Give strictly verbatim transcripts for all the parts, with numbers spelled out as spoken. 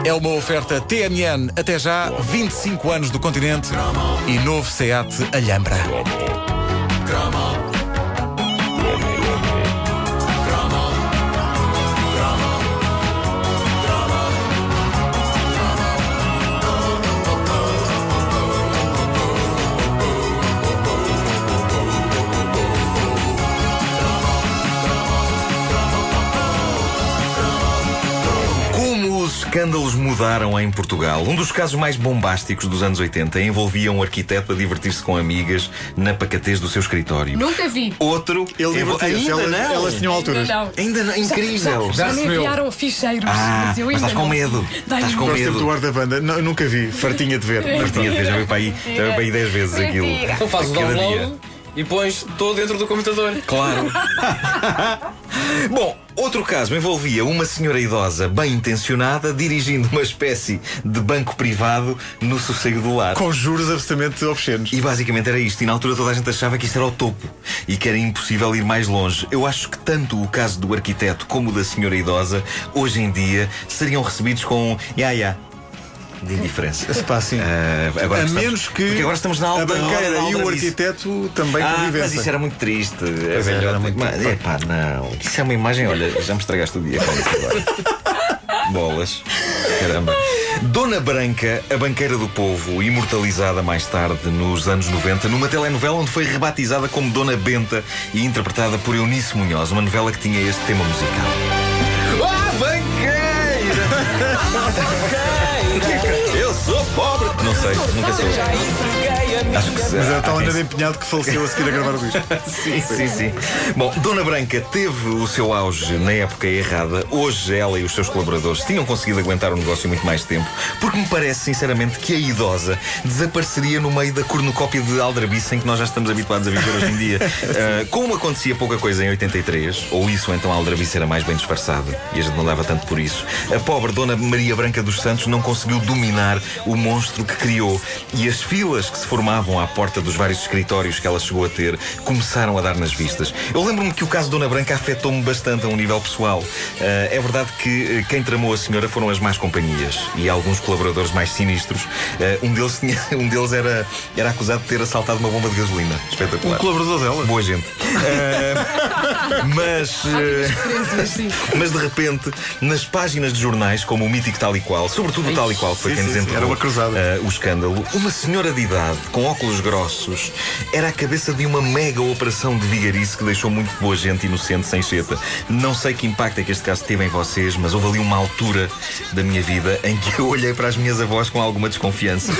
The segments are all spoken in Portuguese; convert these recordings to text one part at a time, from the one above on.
É uma oferta T M N. Até já, vinte e cinco anos do continente e novo SEAT Alhambra. Os escândalos mudaram em Portugal. Um dos casos mais bombásticos dos anos oitenta envolvia um arquiteto a divertir-se com amigas na pacatez do seu escritório. Nunca vi. Outro... Ele envol... divertia-se, Ainda elas, não. elas tinham alturas. Ainda não. Ainda não. Incrível. Já, já, já me se viu. enviaram ficheiros. Ah, mas eu mas ainda estás com não. medo. Dai-me Estás com Gosto medo. sempre do ar da banda. Não, eu nunca vi. Fartinha de ver. Mas tinha de ver, já veio para aí, já veio para aí dez vezes aquilo. Então faz o A cada download dia. e pões todo dentro do computador. Claro. Bom, outro caso envolvia uma senhora idosa bem intencionada dirigindo uma espécie de banco privado no sossego do lar. Com juros absolutamente obscenos. E basicamente era isto. E na altura toda a gente achava que isto era o topo e que era impossível ir mais longe. Eu acho que tanto o caso do arquiteto como o da senhora idosa, hoje em dia, seriam recebidos com ya ya de indiferença. Epá, sim. Uh, agora a estamos, menos que porque agora estamos na a alta banqueira roda da e o aldrabice. arquiteto também Ah, convivessem. mas isso era muito triste. É Pois é, velhote. era muito Mas, triste. epá, não. Isso é uma imagem, olha, já me estragaste o dia com isso agora. Bolas. Caramba. Dona Branca, a banqueira do povo, imortalizada mais tarde nos anos noventa numa telenovela onde foi rebatizada como Dona Benta e interpretada por Eunice Munhoz, uma novela que tinha este tema musical. Ah, banqueira! Eu sou pobre! Não sei, nunca sei. Acho que Mas era há tal quem andando se- empenhado que faleceu a seguir a gravar o disco. Sim, sim, sim. Bom, Dona Branca teve o seu auge na época errada. Hoje ela e os seus colaboradores tinham conseguido aguentar o negócio muito mais tempo, porque me parece sinceramente que a idosa desapareceria no meio da cornucópia de aldrabice em que nós já estamos habituados a viver hoje em dia. Uh, como acontecia pouca coisa em oitenta e três, ou isso então a aldrabice era mais bem disfarçada e a gente não dava tanto por isso, a pobre Dona Maria Branca dos Santos não conseguiu dominar o monstro que criou, e as filas que se formavam à porta dos vários escritórios que ela chegou a ter começaram a dar nas vistas. Eu lembro-me que o caso de Dona Branca afetou-me bastante a um nível pessoal. Uh, é verdade que uh, quem tramou a senhora foram as más companhias e alguns colaboradores mais sinistros. Uh, um deles, tinha, um deles era, era acusado de ter assaltado uma bomba de gasolina. Espetacular. Um colaborador dela. Boa gente. Uh, mas, uh, mas de repente, nas páginas de jornais como o mítico Tal e Qual, sobretudo o Tal e Qual, que foi Sim, quem sim, sim, desenterrou era uma cruzada. uh, o escândalo, uma senhora de idade com óculos grossos era a cabeça de uma mega operação de vigarice que deixou muito boa gente inocente sem cheta. Não sei que impacto é que este caso teve em vocês, mas houve ali uma altura da minha vida em que eu olhei para as minhas avós com alguma desconfiança.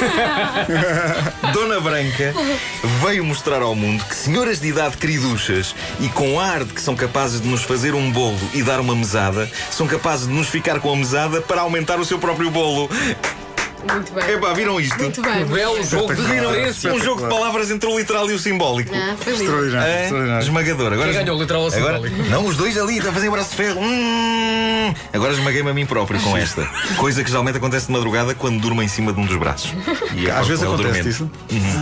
Dona Branca veio mostrar ao mundo que senhoras de idade queriduchas e com ar de que são capazes de nos fazer um bolo e dar uma mesada, são capazes de nos ficar com a mesada para aumentar o seu próprio bolo. Muito bem. Epá, viram isto? Muito bem. Belo jogo de Viram referência. um jogo de palavras entre o literal e o simbólico. Ah, foi lindo. Extraordinário. É? extraordinário. Esmagador. Agora, Quem ganhou o literal ou agora, simbólico? não, os dois ali, a fazer braço de ferro. Hum, agora esmaguei-me a mim próprio com esta. Coisa que geralmente acontece de madrugada quando durmo em cima de um dos braços. E Às vezes acordo acontece dormente. isso.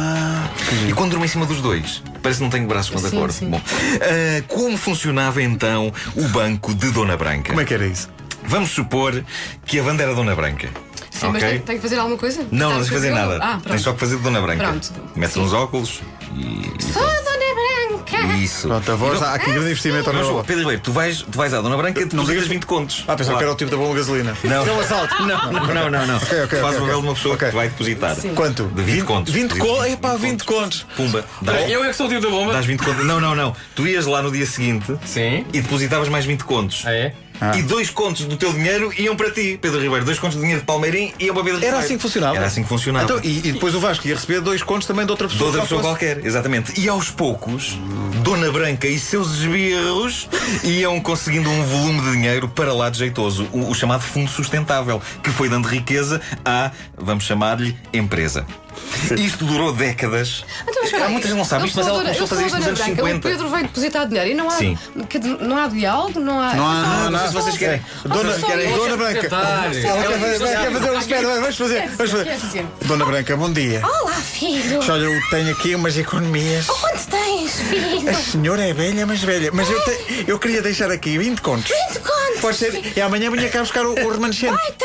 E quando durmo em cima dos dois, parece que não tenho braços quando Sim, acordo. sim. Bom, ah, como funcionava então o banco de Dona Branca? Como é que era isso? Vamos supor que a banda era Dona Branca. Sim, mas ok? tem, tem que fazer alguma coisa? Não, não Tem tens que de fazer nada. Ah, Tens pronto. só que fazer de Dona Branca. Pronto. Metes Sim. uns óculos e. e Sou a Dona Branca. Isso. Pronto, a voz, há aqui grande investimento. Não, Não, João, Pedro Ribeiro, tu vais, tu vais à Dona Branca e Não depositas digas- vinte contos. Ah, pensava que era o tipo da bomba de gasolina. Não. É um assalto. Não, não, não, não. não. Ok, ok, Tu fazes ok, o papel ok. de uma pessoa Ok. que te vai depositar. Sim. Quanto? De vinte contos. vinte Diz- contos? Epá, vinte contos. Pumba. Dá, Eu é que sou o tipo da bomba. dás vinte contos. Não, não, não. Tu ias lá no dia seguinte Sim. e depositavas mais vinte contos. Ah, é? Ah. E dois contos do teu dinheiro iam para ti, Pedro Ribeiro. Dois contos de dinheiro de Palmeirim iam para Pedro Ribeiro. Era assim que funcionava? Era assim que funcionava. Então, e, e depois o Vasco ia receber dois contos também de outra De pessoa. outra que pessoa lá fosse. qualquer, exatamente. E aos poucos, Dona Branca e seus esbirros iam conseguindo um volume de dinheiro para lá de jeitoso. O, o chamado Fundo Sustentável, que foi dando riqueza à, vamos chamar-lhe, empresa. Isto durou décadas. Então, mas espera Há aí, muita gente não sabe eu isto, mas sou ela a dona- começou a fazer eu isto sou nos a anos Dona Branca, cinquenta. O Pedro veio depositar dinheiro e não há, Sim. quer dizer, não há diálogo, não há. Não há, não há, Não não sei há. se vocês querem. Dona, Vocês querem- Dona Branca. Detalhe. Ela quer Ela- fazer, vai, quer fazer, espera, vai, vamos fazer. Vamos Quer fazer. dizer, Dona Branca, bom dia. olá, filho. Olha, eu tenho aqui umas economias. Quanto tens, filho? A senhora é velha, mas velha. Mas eu, te- eu queria deixar aqui vinte contos. vinte contos. Pode ser. E amanhã vinha cá buscar o, o remanescente. Vai-te render.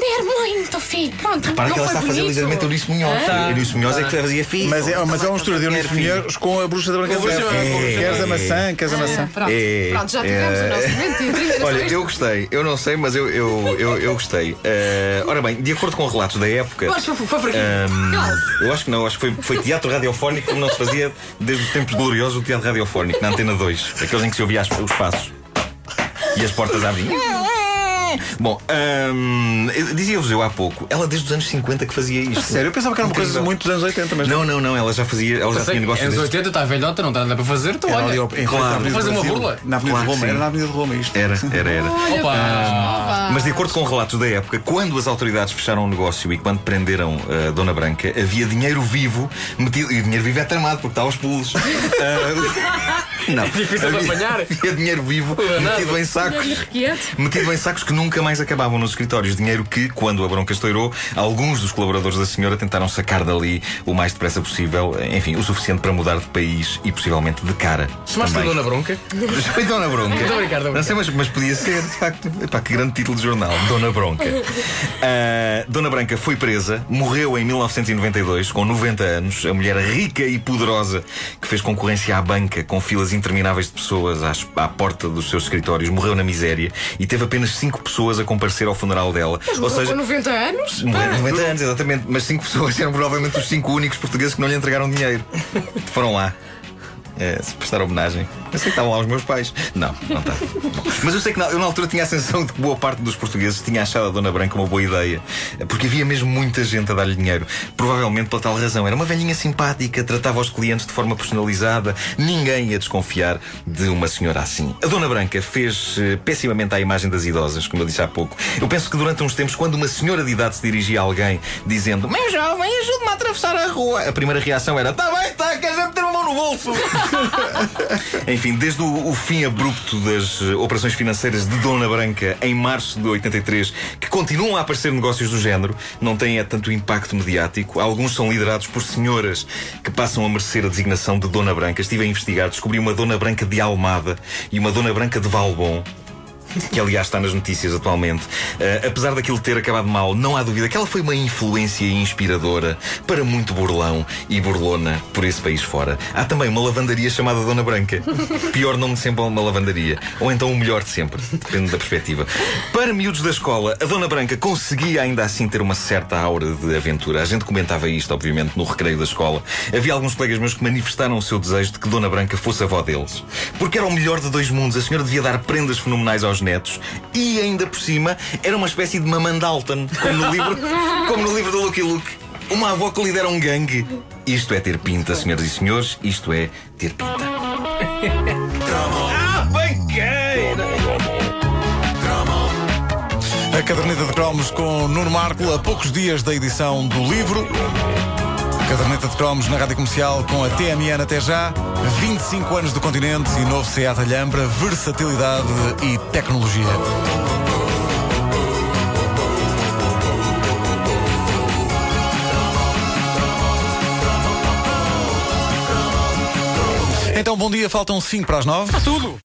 aprender muito, filho. Pronto. Para que não ela foi está a fazer bonito? ligeiramente o Eunice Munhoz. Tá. O Eunice Munhoz é que fazia fixe. Mas é, mas é uma mistura de Também Eunice quero Munhoz com a bruxa da Branca de Com a Neve. bruxa da Branca de Neve. Queres a maçã, queres a maçã. Pronto. É, Pronto, já tivemos é. o nosso momento de trinta Olha, gerações. eu gostei, eu não sei, mas eu, eu, eu, eu gostei. Eh, ora bem, de acordo com relatos da época. Mas foi, foi por aqui. Ahm, eu acho que não, acho que foi, foi teatro radiofónico como não se fazia desde os tempos gloriosos o teatro radiofónico, na Antena dois, aqueles em que se ouvia as- os passos e as portas abriam. Bom, ahm, eu- dizia-vos eu há pouco, ela desde os anos cinquenta que fazia isto. Sério, eu pensava que era uma coisa Incrível. muito dos anos oitenta, mas Não, não, não, ela já fazia, ela já Eu sei, tinha negócio anos desde... oitenta, está velhota, não está nada para fazer, então Era ali olha. ao- em frente Claro. à Avenida Vou fazer do uma Brasil. burla? Na Avenida Claro de que Roma, sim. era na Avenida de Roma isto. Era, era, era. Opa! Mas de acordo com relatos da época, quando as autoridades fecharam o negócio e quando prenderam a Dona Branca, havia dinheiro vivo metido. E o dinheiro vivo é tramado porque está aos pulos. Ah, não. Difícil de havia, apanhar. havia dinheiro vivo Danado. metido em sacos. Quieto. Metido em sacos que nunca mais acabavam nos escritórios. Dinheiro que, quando a bronca estourou, alguns dos colaboradores da senhora tentaram sacar dali o mais depressa possível. Enfim, o suficiente para mudar de país e possivelmente de cara. Chamaste-lhe também. Dona Bronca? Foi Dona Bronca. Estou a brincar, estou a Não sei, mas, mas podia ser, de facto. Epá, que grande título de jornal, Dona Bronca. Ah, Dona Branca foi presa, morreu em mil novecentos e noventa e dois, com noventa anos. A mulher rica e poderosa que fez concorrência à banca com filas intermináveis de pessoas às- à porta dos seus escritórios, morreu na miséria e teve apenas cinco pessoas a comparecer ao funeral dela. Ou seja, Com noventa anos? morreu com noventa anos, exatamente. Mas cinco pessoas eram provavelmente os cinco únicos portugueses que não lhe entregaram dinheiro. Foram lá. É, se prestar homenagem. Eu sei que estavam lá os meus pais. Não, não está. Mas eu sei que na, eu na altura tinha a sensação de que boa parte dos portugueses tinha achado a Dona Branca uma boa ideia. Porque havia mesmo muita gente a dar-lhe dinheiro. Provavelmente pela tal razão. Era uma velhinha simpática, tratava os clientes de forma personalizada. Ninguém ia desconfiar de uma senhora assim. A Dona Branca fez eh, pessimamente à imagem das idosas, como eu disse há pouco. Eu penso que durante uns tempos, quando uma senhora de idade se dirigia a alguém dizendo: "Meu jovem, ajude-me a atravessar a rua", a primeira reação era: "Tá bem, tá, queres é meter a mão no bolso?" Enfim, desde o, o fim abrupto das eh, operações financeiras de Dona Branca em março de oitenta e três, que continuam a aparecer negócios do género, não têm é tanto impacto mediático. Alguns são liderados por senhoras que passam a merecer a designação de Dona Branca. Estive a investigar, descobri uma Dona Branca de Almada e uma Dona Branca de Valbom, que aliás está nas notícias atualmente. Uh, apesar daquilo ter acabado mal, não há dúvida que ela foi uma influência inspiradora para muito burlão e burlona por esse país fora. Há também uma lavandaria chamada Dona Branca. Pior nome de sempre é uma lavandaria. Ou então o melhor de sempre, depende da perspectiva. Para miúdos da escola, a Dona Branca conseguia ainda assim ter uma certa aura de aventura. A gente comentava isto, obviamente, no recreio da escola. Havia alguns colegas meus que manifestaram o seu desejo de que Dona Branca fosse a avó deles. Porque era o melhor de dois mundos. A senhora devia dar prendas fenomenais aos netos e ainda por cima era uma espécie de Mamã Dalton, como no livro, como no livro do Lucky Luke. Uma avó que lidera um gangue. Isto é ter pinta, senhoras e senhores. Isto é ter pinta. Ah, banqueira! A caderneta de cromos com Nuno Marco, a poucos dias da edição do livro. Caderneta de cromos na Rádio Comercial com a T M N até já. vinte e cinco anos do continente e novo Seat Alhambra, versatilidade e tecnologia. Então, bom dia, faltam cinco para as nove. Tudo!